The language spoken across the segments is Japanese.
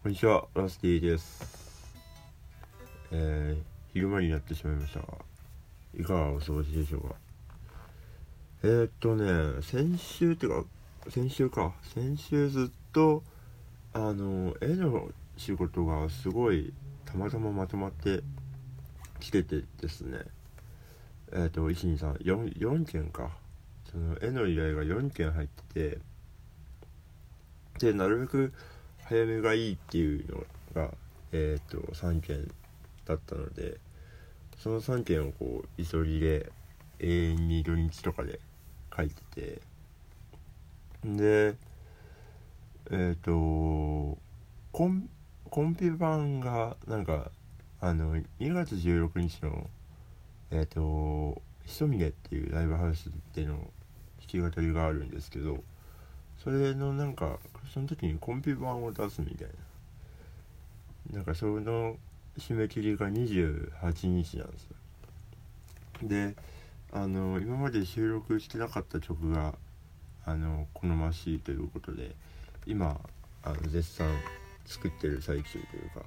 こんにちは、ラスティです。昼間になってしまいましたが、いかがお過ごしでしょうか。先週ずっと絵の仕事がすごいたまたままとまってきててですね、1、2、3、4件か、その絵の依頼が4件入ってて、でなるべく早めがいいっていうのが3件だったので、その3件をこう急ぎで永遠に土日とかで書いてて、でコンピ版がなんか2月16日のひそみねっていうライブハウスでの弾き語りがあるんですけど、それのなんかその時にコンピ版を出すみたいな、なんかその締め切りが28日なんですよ。で今まで収録してなかった曲が好ましいということで、今絶賛作ってる最中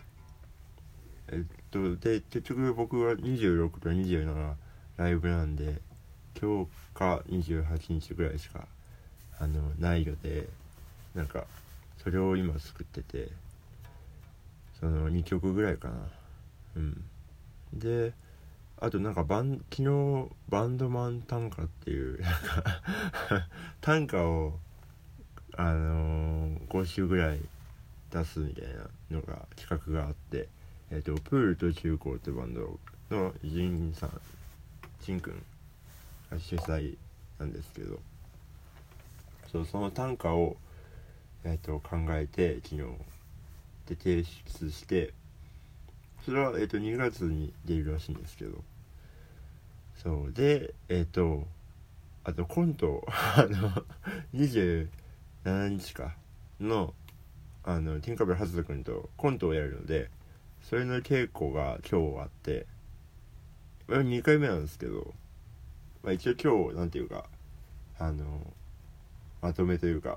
というか、で結局僕は26と27ライブなんで、今日か28日ぐらいしかないので、なんかそれを今作ってて、その2曲ぐらいかな。であとなんか昨日バンドマン短歌っていうなんか短歌を5週ぐらい出すみたいなのが企画があって、プールと中高ってバンドのジンくんが主催なんですけど、その短歌を考えて昨日で提出して、それは2月に出るらしいんですけど、そうであとコント27日かの天下部はずとくんとコントをやるので、それの稽古が今日あって、2回目なんですけど、一応今日なんていうかまとめというか、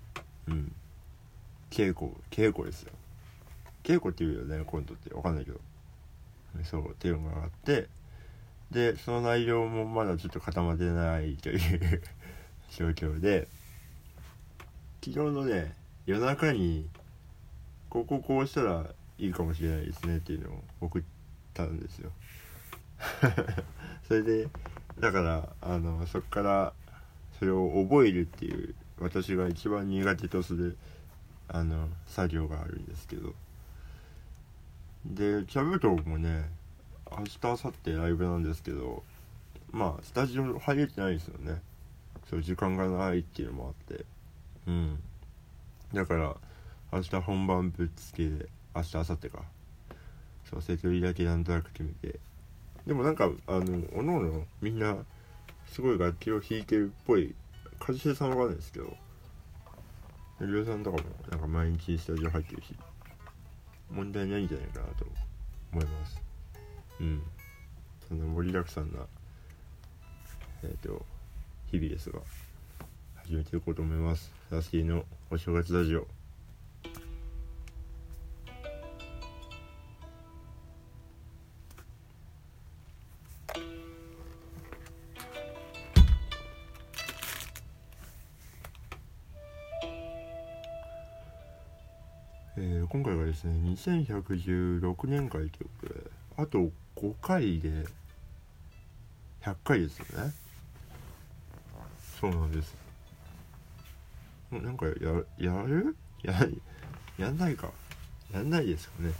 稽古ですよ。稽古っていうよね、コントってわかんないけど、そうっていうのがあって、でその内容もまだちょっと固まってないという状況で、昨日のね夜中にこうしたらいいかもしれないですねっていうのを送ったんですよそれでだからそっからそれを覚えるっていう、私が一番苦手とする作業があるんですけど、でキャブトもね明日明後日ライブなんですけど、スタジオ入れてないですよね。そう時間がないっていうのもあって、だから明日本番ぶっつけで、明日明後日か、そうセトリだけなんとなく決めて、でもなんかおのおのみんなすごい楽器を弾いてるっぽい。一茂さんはわかんないですけど、りょうさんとかもなんか毎日スタジオ入ってるし、問題ないんじゃないかなと思います。そんな盛りだくさんな日々ですが、始めていこうと思います。ラスティのお正月ラジオ。今回はですね2116年会ということで、あと5回で100回ですよね。そうなんです。なんかやんないか、やんないですかね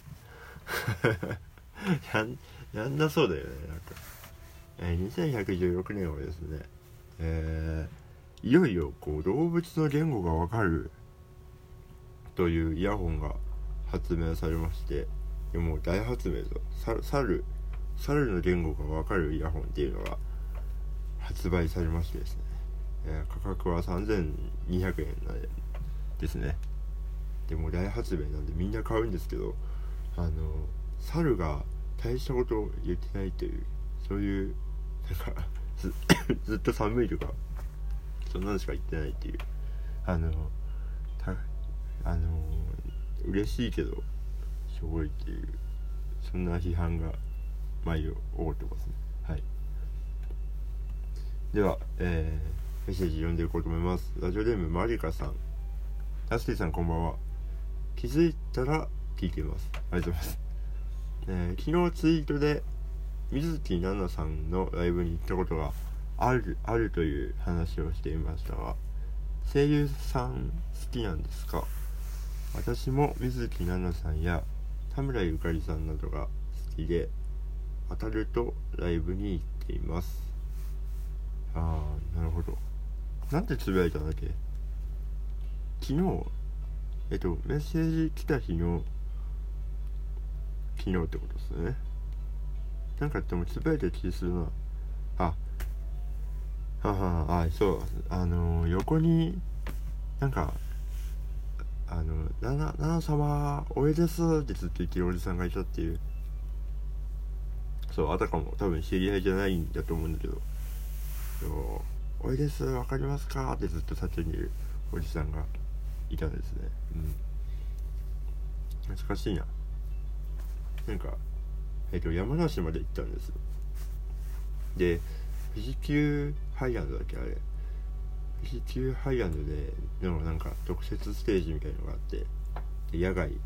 やんなそうだよね。なんか、2116年はですね、いよいよこう動物の言語がわかるというイヤホンが発明されまして、でも大発明と猿の言語がわかるイヤホンっていうのが発売されましてですね、価格は3200円なんですね。でも大発明なんでみんな買うんですけど、猿が大したことを言ってないという、そういうなんかずっと寒いとかそんなのしか言ってないっていう、 嬉しいけどしょぼいっていう、そんな批判が毎度起こってますね。はい。では、メッセージ読んでいこうと思います。ラジオネームマリカさん。タスティさんこんばんは。気づいたら聞いています。ありがとうございます。昨日ツイートで水木奈々さんのライブに行ったことがあるという話をしていましたが、声優さん好きなんですか？私も水木奈々さんや田村ゆかりさんなどが好きで、当たるとライブに行っています。なるほど。なんてつぶやいたんだっけ？昨日メッセージ来た日の昨日ってことですね。なんかでもつぶやいた気するな。そう、横になんか奈々様おいですってずっと言ってるおじさんがいたっていう。そう、あたかも多分知り合いじゃないんだと思うんだけど、おいですわかりますかってずっと立ちにいるおじさんがいたんですね。懐かしいな。なんか山梨まで行ったんです。で富士急ハイランドだっけ、あれ富士急ハイランドでのなんか特設ステージみたいのがあって、で野外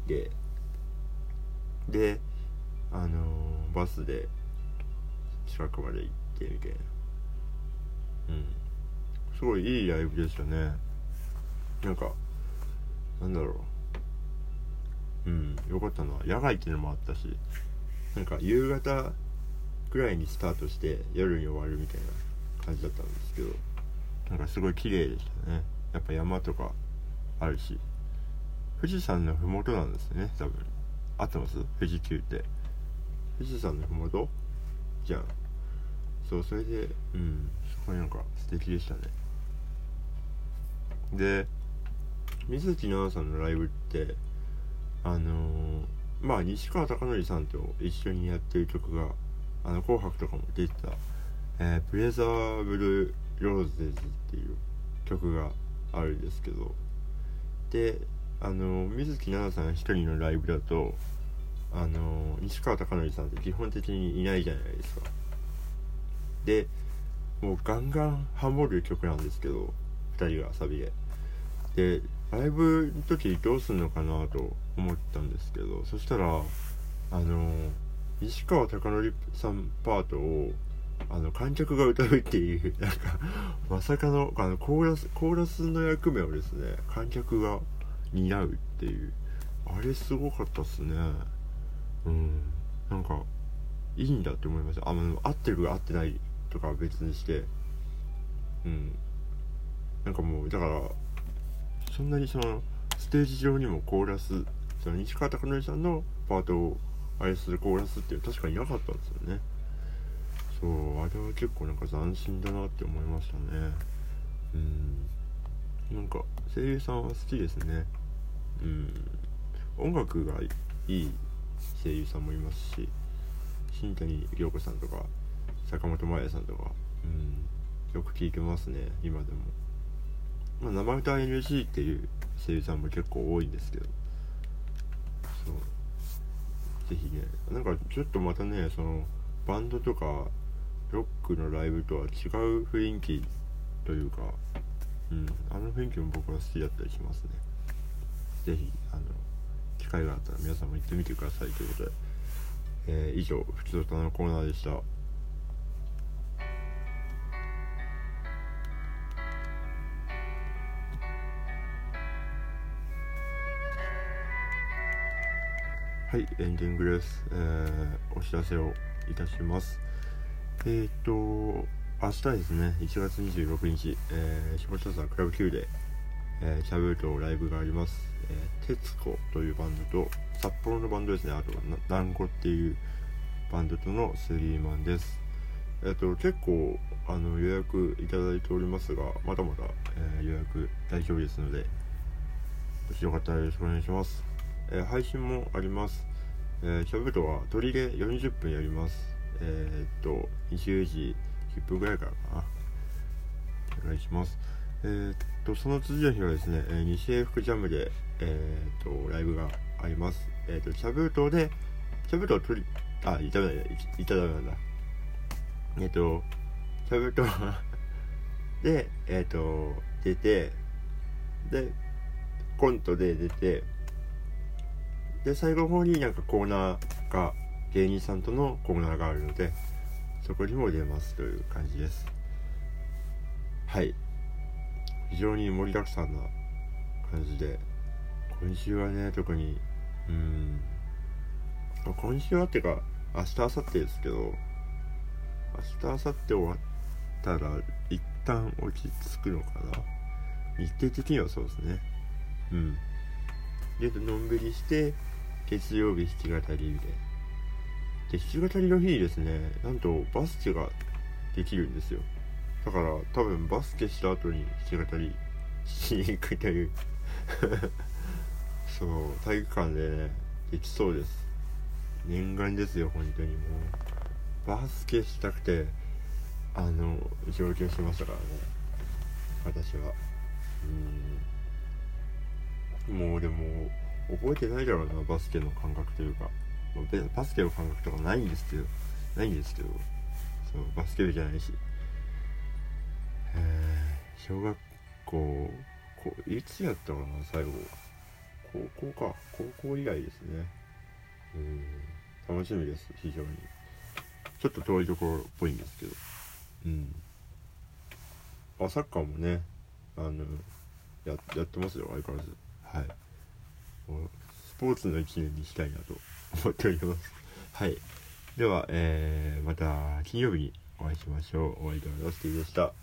でバスで近くまで行ってみたいな。すごいいいライブでしたね。なんかなんだろう、よかったな。野外っていうのもあったし、なんか夕方ぐらいにスタートして夜に終わるみたいな感じだったんですけど、なんかすごい綺麗でしたね。やっぱ山とかあるし、富士山のふもとなんですね、多分。合ってます？富士急って富士山のふもとじゃん。そう、それですごいなんか素敵でしたね。で水木奈々さんのライブって西川貴教さんと一緒にやってる曲が紅白とかも出てた、プレザーブルローゼズっていう曲があるんですけど、で水木奈々さん一人のライブだと西川貴教さんって基本的にいないじゃないですか。でもうガンガンハモる曲なんですけど、2人がサビでライブの時どうすんのかなと思ったんですけど、そしたら西川貴教さんパートを観客が歌うっていうなんかまさかのコーラスの役目をですね、観客が担うっていう、あれすごかったっすね。なんかいいんだって思いました。合ってる合ってないとかは別にして、なんかもうだからそんなにそのステージ上にもコーラス、その西川貴教さんのパートをあれするコーラスって確かになかったんですよね。そう、あれは結構なんか斬新だなって思いましたね。なんか声優さんは好きですね。音楽がいい声優さんもいますし、新谷涼子さんとか坂本真綾さんとか、よく聴いてますね、今でも。生歌 NG っていう声優さんも結構多いんですけど、そうぜひね、なんかちょっとまたね、そのバンドとかロックのライブとは違う雰囲気というか、あの雰囲気も僕は好きだったりしますね。ぜひ機会があったら皆さんも行ってみてくださいということで、以上ふつおたのコーナーでした。はい、エンディングです。お知らせをいたします。明日ですね、1月26日、下北沢クラブ Q で、シャブートライブがあります。徹子というバンドと札幌のバンドですね、あと団子っていうバンドとのスリーマンです。結構予約いただいておりますが、まだまだ、予約大丈夫ですので、もしよかったらよろしくお願いします。配信もあります。シャブートは鳥で40分やります。20時10分ぐらいからかな。お願いします。その次の日はですね、西英福ジャムで、ライブがあります。茶封筒で茶封筒を取りいただなんだ茶封筒で出て、でコントで出て、で最後の方になんかコーナーが芸人さんとのコーナーがあるので、そこにも出ますという感じです。はい、非常に盛りだくさんな感じで、今週はね、特に今週はっていうか明日明後日ですけど、明日明後日終わったら一旦落ち着くのかな、日程的にはそうですね。でのんびりして月曜日弾き語りで弾き語りの日にですね、なんとバスケができるんですよ。だから多分バスケした後に弾き語りしに行くというそう体育館でねできそうです。念願ですよ本当に。もうバスケしたくて上京しましたからね、私は。もうでも覚えてないだろうな、バスケの感覚というか、バスケの感覚とかないんですけど、そうバスケ部じゃないし、小学校いつやったかな最後、高校以来ですね。楽しみです、非常に。ちょっと遠いところっぽいんですけど、サッカーもねやってますよ、相変わらず。はい、スポーツの一年にしたいなと思っております。はい、では、また金曜日にお会いしましょう。お相手はラスティでした。